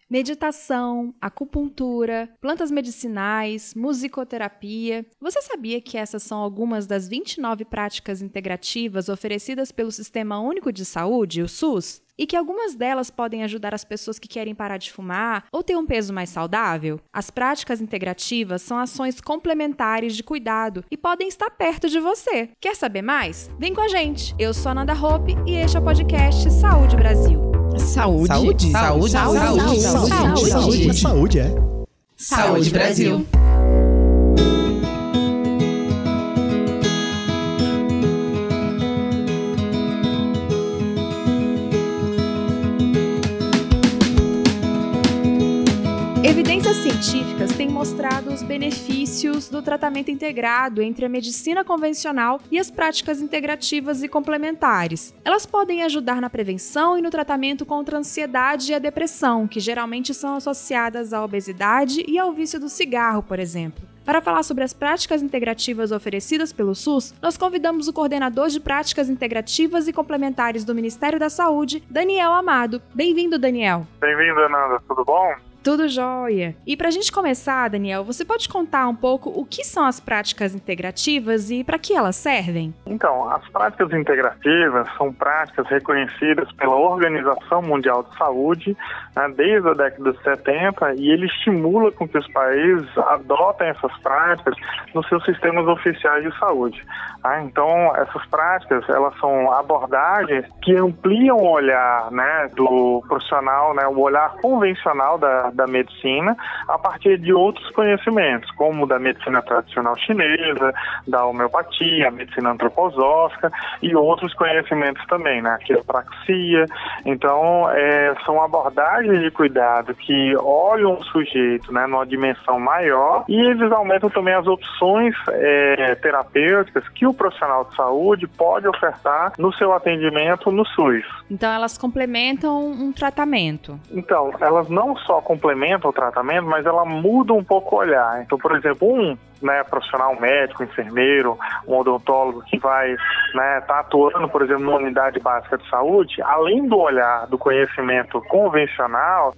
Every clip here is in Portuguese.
meditação, acupuntura, plantas medicinais, musicoterapia. Você sabia que essas são algumas das 29 práticas integrativas oferecidas pelo Sistema Único de Saúde, o SUS? E que algumas delas podem ajudar as pessoas que querem parar de fumar ou ter um peso mais saudável? As práticas integrativas são ações complementares de cuidado e podem estar perto de você. Quer saber mais? Vem com a gente! Eu sou a Nanda Hope e este é o podcast Saúde Brasil. Saúde é. Saúde Brasil. Evidências científicas têm mostrado os benefícios do tratamento integrado entre a medicina convencional e as práticas integrativas e complementares. Elas podem ajudar na prevenção e no tratamento contra a ansiedade e a depressão, que geralmente são associadas à obesidade e ao vício do cigarro, por exemplo. Para falar sobre as práticas integrativas oferecidas pelo SUS, nós convidamos o coordenador de práticas integrativas e complementares do Ministério da Saúde, Daniel Amado. Bem-vindo, Daniel. Bem-vindo, Ananda. Tudo bom? Tudo jóia. E para a gente começar, Daniel, você pode contar um pouco o que são as práticas integrativas e para que elas servem? Então, as práticas integrativas são práticas reconhecidas pela Organização Mundial de Saúde, né, desde a década de 70, e ele estimula com que os países adotem essas práticas nos seus sistemas oficiais de saúde. Então, essas práticas, elas são abordagens que ampliam o olhar, né, do profissional, né, o olhar convencional da medicina, a partir de outros conhecimentos, como da medicina tradicional chinesa, da homeopatia, a medicina antroposófica e outros conhecimentos também, né, a quiropraxia. Então, são abordagens de cuidado que olham o sujeito, né, numa dimensão maior, e eles aumentam também as opções terapêuticas que o profissional de saúde pode ofertar no seu atendimento no SUS. Então, elas complementam um tratamento? Então, elas não só complementam o tratamento, mas ela muda um pouco o olhar. Então, por exemplo, profissional médico, enfermeiro, um odontólogo que vai tá atuando, por exemplo, numa unidade básica de saúde, além do olhar do conhecimento convencional,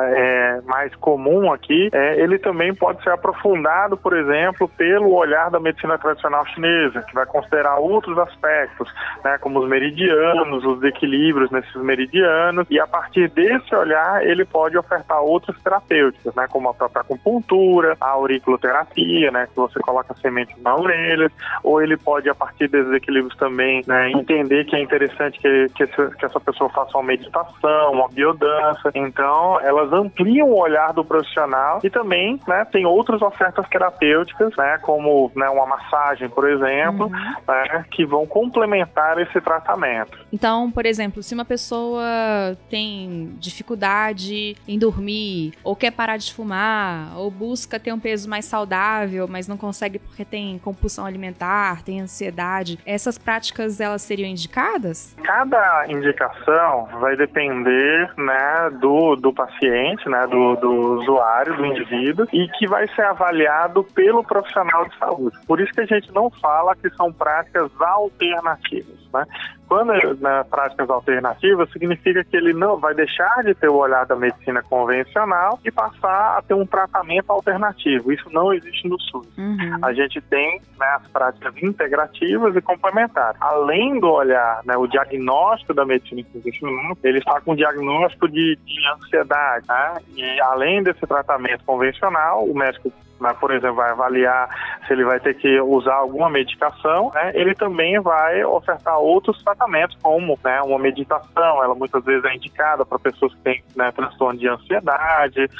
mais comum aqui, ele também pode ser aprofundado, por exemplo, pelo olhar da medicina tradicional chinesa, que vai considerar outros aspectos, como os meridianos, os equilíbrios nesses meridianos, e a partir desse olhar ele pode ofertar outras terapêuticas, como a própria acupuntura, a auriculoterapia, que você coloca sementes na orelha, ou ele pode, a partir desses equilíbrios também, entender que é interessante que essa pessoa faça uma meditação, uma biodança. Então, elas ampliam o olhar do profissional e também, tem outras ofertas terapêuticas, como uma massagem, por exemplo, que vão complementar esse tratamento. Então, por exemplo, se uma pessoa tem dificuldade em dormir, ou quer parar de fumar, ou busca ter um peso mais saudável, mas não consegue porque tem compulsão alimentar, tem ansiedade, essas práticas, elas seriam indicadas? Cada indicação vai depender, do paciente, do usuário, do indivíduo, e que vai ser avaliado pelo profissional de saúde. Por isso que a gente não fala que são práticas alternativas, Quando práticas alternativas, significa que ele não vai deixar de ter o olhar da medicina convencional e passar a ter um tratamento alternativo. Isso não existe no SUS. A gente tem as práticas integrativas e complementares. Além do olhar, o diagnóstico da medicina convencional, ele está com diagnóstico de ansiedade. E além desse tratamento convencional, o médico, por exemplo, vai avaliar se ele vai ter que usar alguma medicação, ele também vai ofertar outros tratamentos, como uma meditação. Ela muitas vezes é indicada para pessoas que têm transtorno de ansiedade.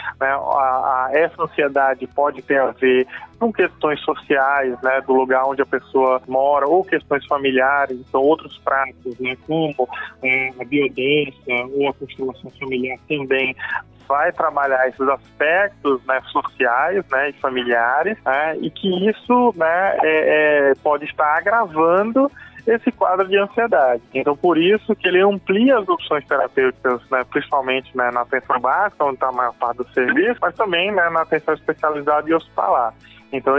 Essa ansiedade pode ter a ver com questões sociais, do lugar onde a pessoa mora, ou questões familiares. Então, outros práticos, como a biodança ou a constelação familiar também vai trabalhar esses aspectos sociais e familiares, e que isso pode estar agravando esse quadro de ansiedade. Então, por isso que ele amplia as opções terapêuticas, principalmente na atenção básica, onde está a maior parte do serviço, mas também na atenção especializada e hospitalar. Então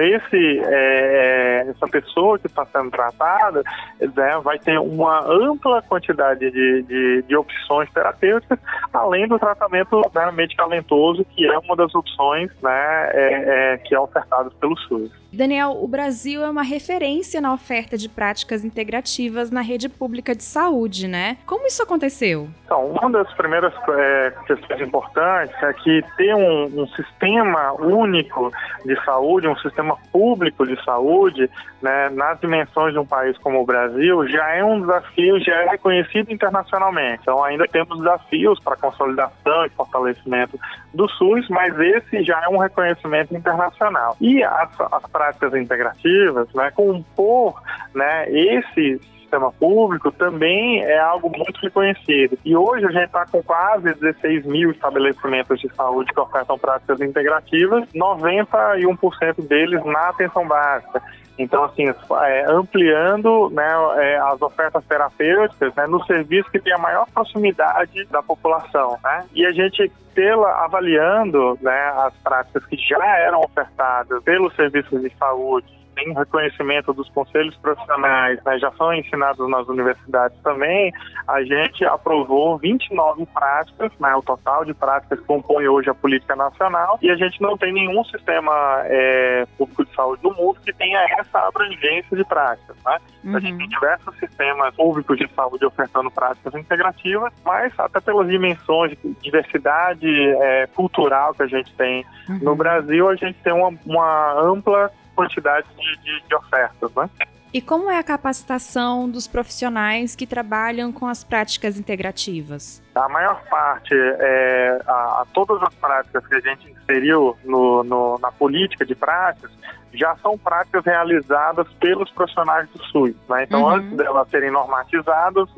essa pessoa que está sendo tratada, né, vai ter uma ampla quantidade de opções terapêuticas, além do tratamento, né, medicamentoso, que é uma das opções, né, que é ofertado pelo SUS. Daniel, o Brasil é uma referência na oferta de práticas integrativas na rede pública de saúde, né? Como isso aconteceu? Então, uma das primeiras questões importantes é que ter um sistema único de saúde, um sistema público de saúde, né, nas dimensões de um país como o Brasil, já é um desafio, já é reconhecido internacionalmente. Então, ainda temos desafios para consolidação e fortalecimento do SUS, mas esse já é um reconhecimento internacional. E as práticas integrativas, né, compor, né, esse sistema público também é algo muito reconhecido. E hoje a gente está com quase 16 mil estabelecimentos de saúde que ofertam práticas integrativas, 91% deles na atenção básica. Então, assim, ampliando, né, as ofertas terapêuticas, né, no serviço que tem a maior proximidade da população, né? E a gente avaliando, né, as práticas que já eram ofertadas pelos serviços de saúde, tem reconhecimento dos conselhos profissionais, né, já são ensinados nas universidades também, a gente aprovou 29 práticas, né, o total de práticas que compõe hoje a política nacional, e a gente não tem nenhum sistema público de saúde no mundo que tenha essa abrangência de práticas, né? Uhum. A gente tem diversos sistemas públicos de saúde ofertando práticas integrativas, mas até pelas dimensões de diversidade cultural que a gente tem no Brasil, a gente tem uma ampla quantidade de ofertas, né? E como é a capacitação dos profissionais que trabalham com as práticas integrativas? A maior parte, todas as práticas que a gente inseriu na política de práticas, já são práticas realizadas pelos profissionais do SUS, né? Então, antes delas serem normatizadas,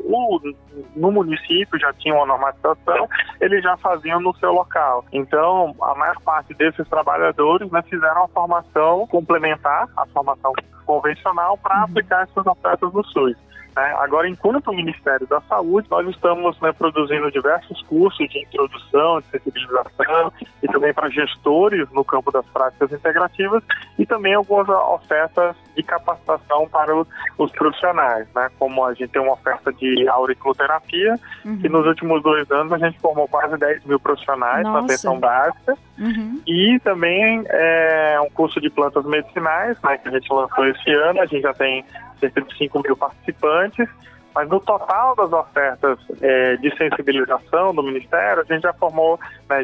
no município já tinha uma normatização, eles já faziam no seu local. Então, a maior parte desses trabalhadores, né, fizeram a formação complementar, a formação convencional, para aplicar essas ofertas no SUS. Agora, enquanto Ministério da Saúde, nós estamos, né, produzindo diversos cursos de introdução, de sensibilização e também para gestores no campo das práticas integrativas e também algumas ofertas de capacitação para os profissionais, né? Como a gente tem uma oferta de auriculoterapia, que nos últimos 2 anos a gente formou quase 10 mil profissionais na atenção básica, e também um curso de plantas medicinais, né, que a gente lançou esse ano, a gente já tem cerca de 5 mil participantes, mas no total das ofertas de sensibilização do Ministério, a gente já formou, né,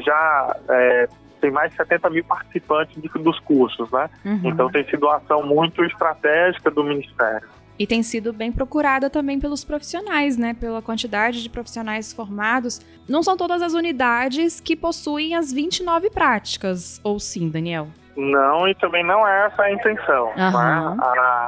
tem mais de 70 mil participantes dos cursos, né? Então tem sido uma ação muito estratégica do Ministério. E tem sido bem procurada também pelos profissionais, né? Pela quantidade de profissionais formados. Não são todas as unidades que possuem as 29 práticas, ou sim, Daniel? Não, e também não é essa a intenção. Né?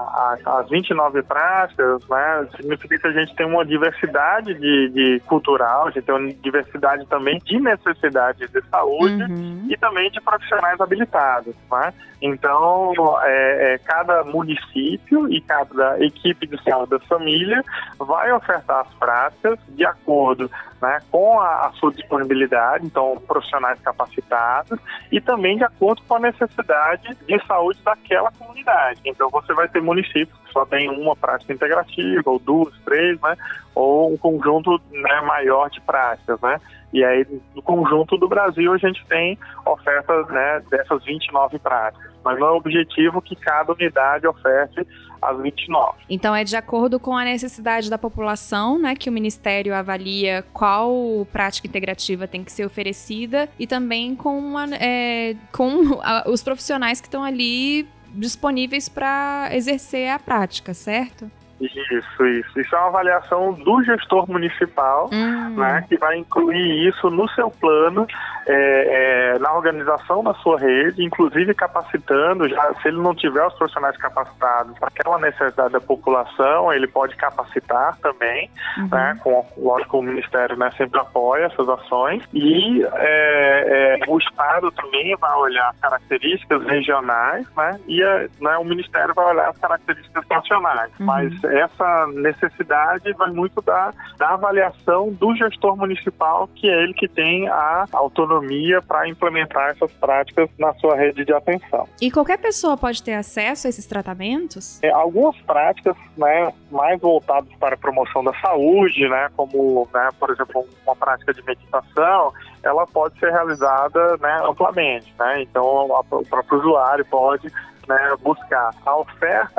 As 29 práticas, né, significa que a gente tem uma diversidade de cultural, a gente tem uma diversidade também de necessidades de saúde e também de profissionais habilitados. Né? Então, cada município e cada equipe de saúde da família vai ofertar as práticas de acordo, né, com a sua disponibilidade, então profissionais capacitados, e também de acordo com a necessidade de saúde daquela comunidade. Então você vai ter municípios que só tem uma prática integrativa, ou 2, 3, né, ou um conjunto, né, maior de práticas, né? E aí, no conjunto do Brasil, a gente tem ofertas, né, dessas 29 práticas. Mas não é o objetivo que cada unidade oferte as 29. Então é de acordo com a necessidade da população, né, que o Ministério avalia qual prática integrativa tem que ser oferecida e também com os profissionais que estão ali disponíveis para exercer a prática, certo? Isso é uma avaliação do gestor municipal, né, que vai incluir isso no seu plano, na organização da sua rede, inclusive capacitando, já, se ele não tiver os profissionais capacitados para aquela necessidade da população, ele pode capacitar também, né, lógico, o Ministério, né, sempre apoia essas ações, e o Estado também vai olhar as características regionais, né, e o Ministério vai olhar as características nacionais, mas essa necessidade vai muito da avaliação do gestor municipal, que é ele que tem a autonomia para implementar essas práticas na sua rede de atenção. E qualquer pessoa pode ter acesso a esses tratamentos? Algumas práticas, né, mais voltadas para a promoção da saúde, né, como, né, por exemplo, uma prática de meditação, ela pode ser realizada, né, amplamente, né? Então o próprio usuário pode, né, buscar. A oferta,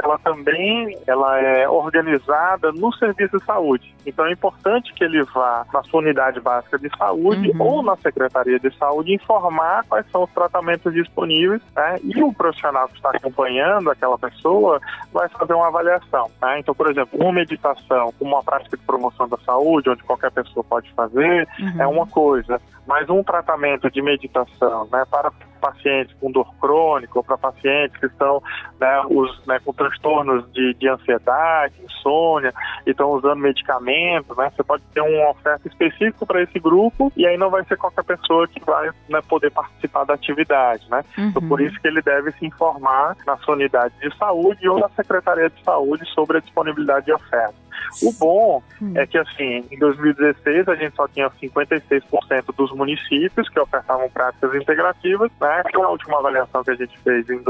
ela é organizada no serviço de saúde. Então é importante que ele vá na sua unidade básica de saúde ou na Secretaria de Saúde informar quais são os tratamentos disponíveis, né, e o profissional que está acompanhando aquela pessoa vai fazer uma avaliação, né? Então, por exemplo, uma meditação, uma prática de promoção da saúde, onde qualquer pessoa pode fazer, é uma coisa. Mas um tratamento de meditação, né, para pacientes com dor crônica ou para pacientes que estão, né, com transtornos de ansiedade, insônia, e estão usando medicamentos, né, você pode ter uma oferta específica para esse grupo e aí não vai ser qualquer pessoa que vai, né, poder participar da atividade, né? Então, por isso que ele deve se informar na sua unidade de saúde ou na Secretaria de Saúde sobre a disponibilidade de oferta. O bom é que, assim, em 2016 a gente só tinha 56% dos municípios que ofertavam práticas integrativas, né? Com a última avaliação que a gente fez em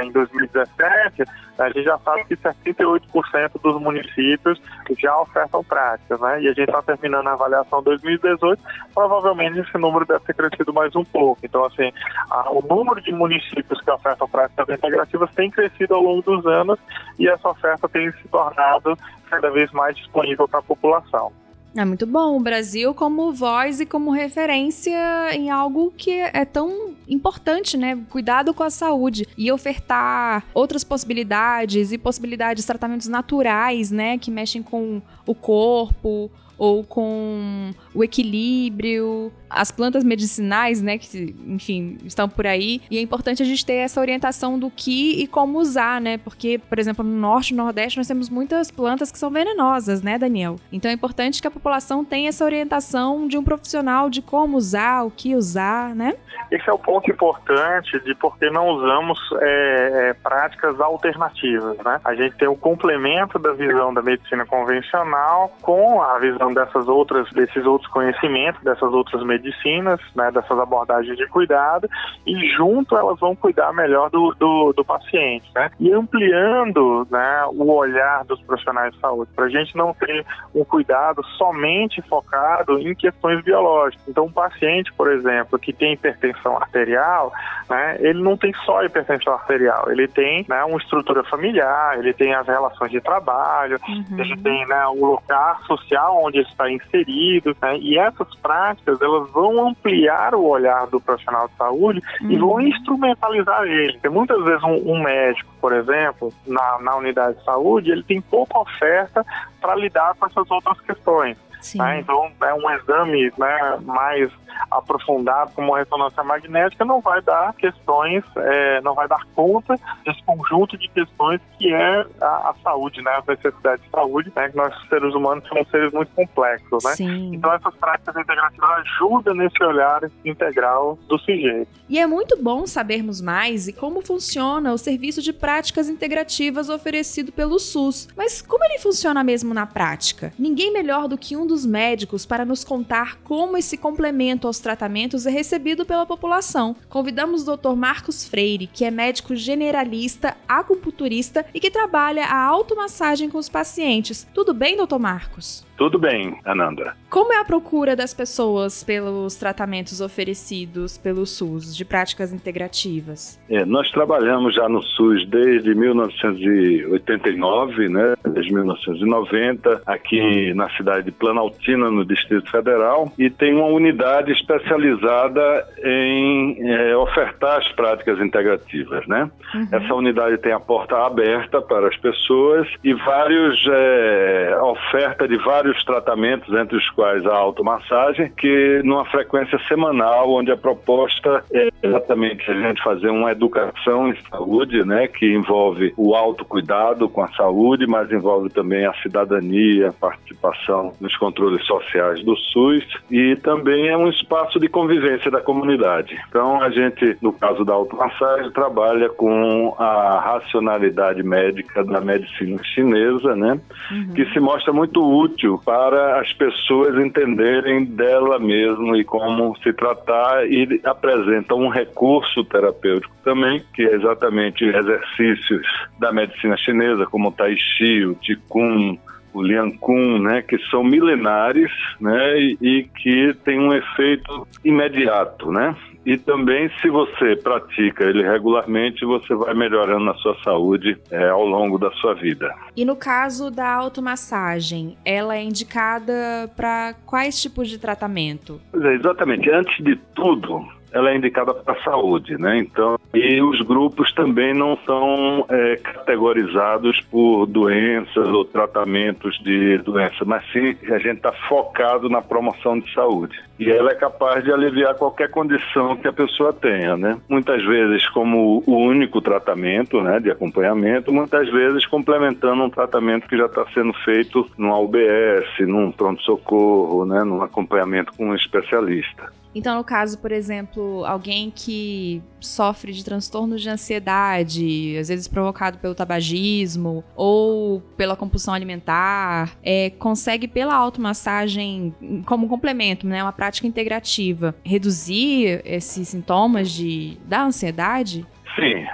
2017, a gente já sabe que 78% dos municípios já ofertam práticas, né? E a gente está terminando a avaliação 2018, provavelmente esse número deve ter crescido mais um pouco. Então, assim, o número de municípios que ofertam práticas integrativas tem crescido ao longo dos anos e essa oferta tem se tornado cada vez mais disponível para a população. É muito bom o Brasil como voz e como referência em algo que é tão importante, né? Cuidado com a saúde e ofertar outras possibilidades e possibilidades de tratamentos naturais, né? Que mexem com o corpo ou com o equilíbrio, as plantas medicinais, né, que, enfim, estão por aí. E é importante a gente ter essa orientação do que e como usar, né, porque, por exemplo, no Norte e Nordeste nós temos muitas plantas que são venenosas, né, Daniel? Então é importante que a população tenha essa orientação de um profissional de como usar, o que usar, né? Esse é o ponto importante de por que não usamos práticas alternativas, né? A gente tem o complemento da visão da medicina convencional com a visão desses outros conhecimentos, dessas outras medicinas, né, dessas abordagens de cuidado, e junto elas vão cuidar melhor do paciente, né? E ampliando, né, o olhar dos profissionais de saúde, para a gente não ter um cuidado somente focado em questões biológicas. Então, um paciente, por exemplo, que tem hipertensão arterial, né, ele não tem só hipertensão arterial, ele tem, né, uma estrutura familiar, ele tem as relações de trabalho, ele tem, né, o lugar social onde ele está inserido, né, e essas práticas, elas vão ampliar o olhar do profissional de saúde e vão instrumentalizar ele. Porque muitas vezes um médico, por exemplo, na unidade de saúde, ele tem pouca oferta para lidar com essas outras questões. Né? Então, um exame, né, mais aprofundado, como a ressonância magnética, não vai dar questões, não vai dar conta desse conjunto de questões que é a saúde, né, as necessidades de saúde, né, que nós seres humanos somos seres muito complexos, né? Então essas práticas integrativas ajudam nesse olhar integral do sujeito. E é muito bom sabermos mais e como funciona o serviço de práticas integrativas oferecido pelo SUS. Mas como ele funciona mesmo na prática? Ninguém melhor do que um dos médicos para nos contar como esse complemento aos tratamentos é recebido pela população. Convidamos o Dr. Marcos Freire, que é médico generalista, acupunturista e que trabalha a automassagem com os pacientes. Tudo bem, Dr. Marcos? Tudo bem, Ananda. Como é a procura das pessoas pelos tratamentos oferecidos pelo SUS, de práticas integrativas? Nós trabalhamos já no SUS desde 1989, né? Desde 1990, aqui na cidade de Planaltina, no Distrito Federal, e tem uma unidade especializada em ofertar as práticas integrativas, né? Essa unidade tem a porta aberta para as pessoas e oferta de vários tratamentos, entre os quais a automassagem, que numa frequência semanal, onde a proposta é exatamente a gente fazer uma educação em saúde, né, que envolve o autocuidado com a saúde, mas envolve também a cidadania, a participação nos controles sociais do SUS, e também é um espaço de convivência da comunidade. Então a gente gente, no caso da automassagem, trabalha com a racionalidade médica da medicina chinesa, né? Que se mostra muito útil para as pessoas entenderem dela mesmo e como se tratar, e apresenta um recurso terapêutico também, que é exatamente exercícios da medicina chinesa, como o Tai Chi, o Qigong, o Liang Kun, né, que são milenares, né, e que tem um efeito imediato, né? E também, se você pratica ele regularmente, você vai melhorando a sua saúde ao longo da sua vida. E no caso da automassagem, ela é indicada para quais tipos de tratamento? Pois é, exatamente. Antes de tudo, ela é indicada para a saúde, né? Então, e os grupos também não são categorizados por doenças ou tratamentos de doença, mas sim a gente está focado na promoção de saúde. E ela é capaz de aliviar qualquer condição que a pessoa tenha, né? Muitas vezes como o único tratamento, né, de acompanhamento, muitas vezes complementando um tratamento que já está sendo feito numa UBS, num pronto-socorro, né, num acompanhamento com um especialista. Então, no caso, por exemplo, alguém que sofre de transtornos de ansiedade, às vezes provocado pelo tabagismo ou pela compulsão alimentar, consegue pela automassagem, como complemento, né, uma prática integrativa, reduzir esses sintomas da ansiedade? Sim,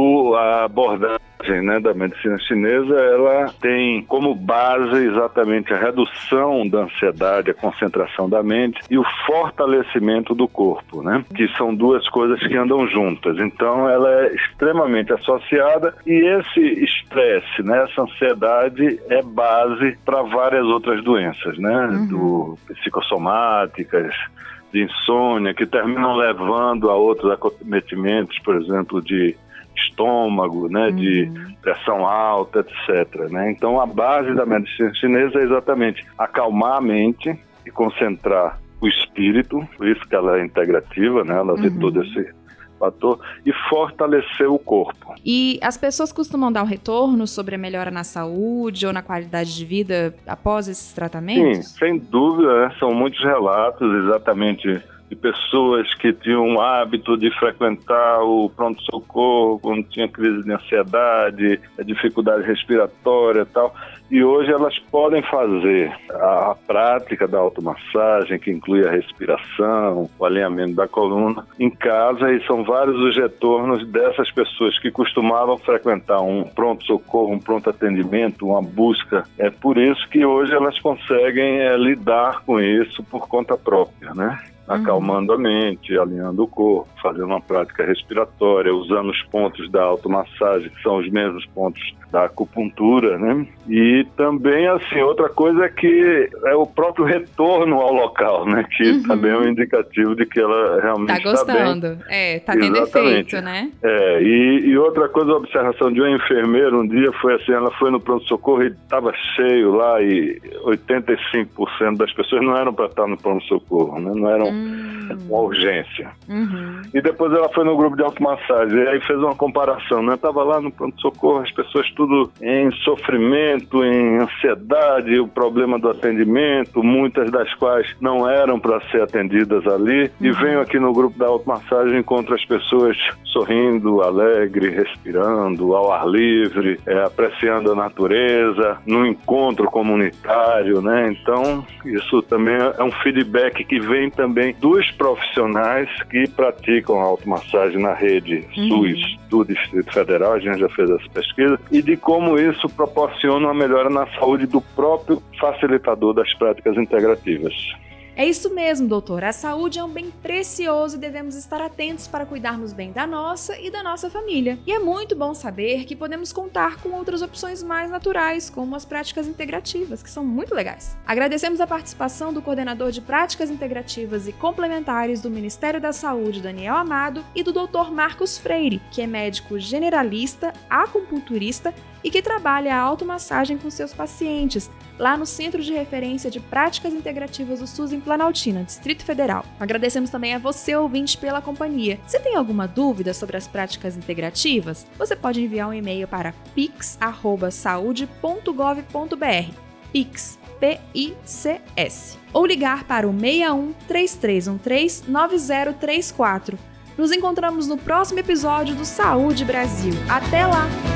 a abordagem, né, da medicina chinesa, ela tem como base exatamente a redução da ansiedade, a concentração da mente e o fortalecimento do corpo, né, que são duas coisas que andam juntas. Então, ela é extremamente associada e esse estresse, né, essa ansiedade é base para várias outras doenças, né, psicossomáticas, de insônia, que terminam levando a outros acometimentos, por exemplo, de estômago, né, de pressão alta, etc., né? Então, a base da medicina chinesa é exatamente acalmar a mente e concentrar o espírito, por isso que ela é integrativa, né? Ela tem todo esse fator, e fortalecer o corpo. E as pessoas costumam dar um retorno sobre a melhora na saúde ou na qualidade de vida após esses tratamentos? Sim, sem dúvida, né? São muitos relatos exatamente de pessoas que tinham o hábito de frequentar o pronto-socorro quando tinha crise de ansiedade, dificuldade respiratória e tal. E hoje elas podem fazer a prática da automassagem, que inclui a respiração, o alinhamento da coluna, em casa, e são vários os retornos dessas pessoas que costumavam frequentar um pronto-socorro, um pronto-atendimento, uma busca. É por isso que hoje elas conseguem lidar com isso por conta própria, né? Acalmando a mente, alinhando o corpo, fazendo uma prática respiratória, usando os pontos da automassagem, que são os mesmos pontos da acupuntura, né? E também, assim, outra coisa é que é o próprio retorno ao local, né? Que também é um indicativo de que ela realmente está gostando. Bem. Tá tendo efeito, né? E outra coisa, a observação de uma enfermeira um dia foi assim, ela foi no pronto-socorro e estava cheio lá, e 85% das pessoas não eram para estar no pronto-socorro, né? Não eram uma urgência. E depois ela foi no grupo de automassagem e aí fez uma comparação, né? Tava lá no pronto-socorro, as pessoas tudo em sofrimento, em ansiedade, o problema do atendimento, muitas das quais não eram para ser atendidas ali, e venho aqui no grupo da automassagem e encontro as pessoas sorrindo, alegre, respirando, ao ar livre, apreciando a natureza, no encontro comunitário, né? Então, isso também é um feedback que vem também dos profissionais que praticam a automassagem na rede SUS do Distrito Federal, a gente já fez essa pesquisa, e de como isso proporciona uma melhora na saúde do próprio facilitador das práticas integrativas. É isso mesmo, doutor. A saúde é um bem precioso e devemos estar atentos para cuidarmos bem da nossa e da nossa família. E é muito bom saber que podemos contar com outras opções mais naturais, como as práticas integrativas, que são muito legais. Agradecemos a participação do coordenador de práticas integrativas e complementares do Ministério da Saúde, Daniel Amado, e do doutor Marcos Freire, que é médico generalista, acupunturista e que trabalha a automassagem com seus pacientes, lá no Centro de Referência de Práticas Integrativas do SUS em Planaltina, Distrito Federal. Agradecemos também a você, ouvinte, pela companhia. Se tem alguma dúvida sobre as práticas integrativas, você pode enviar um e-mail para pix@saude.gov.br, pix, P-I-C-S, ou ligar para o 61 3313 9034. Nos encontramos no próximo episódio do Saúde Brasil. Até lá!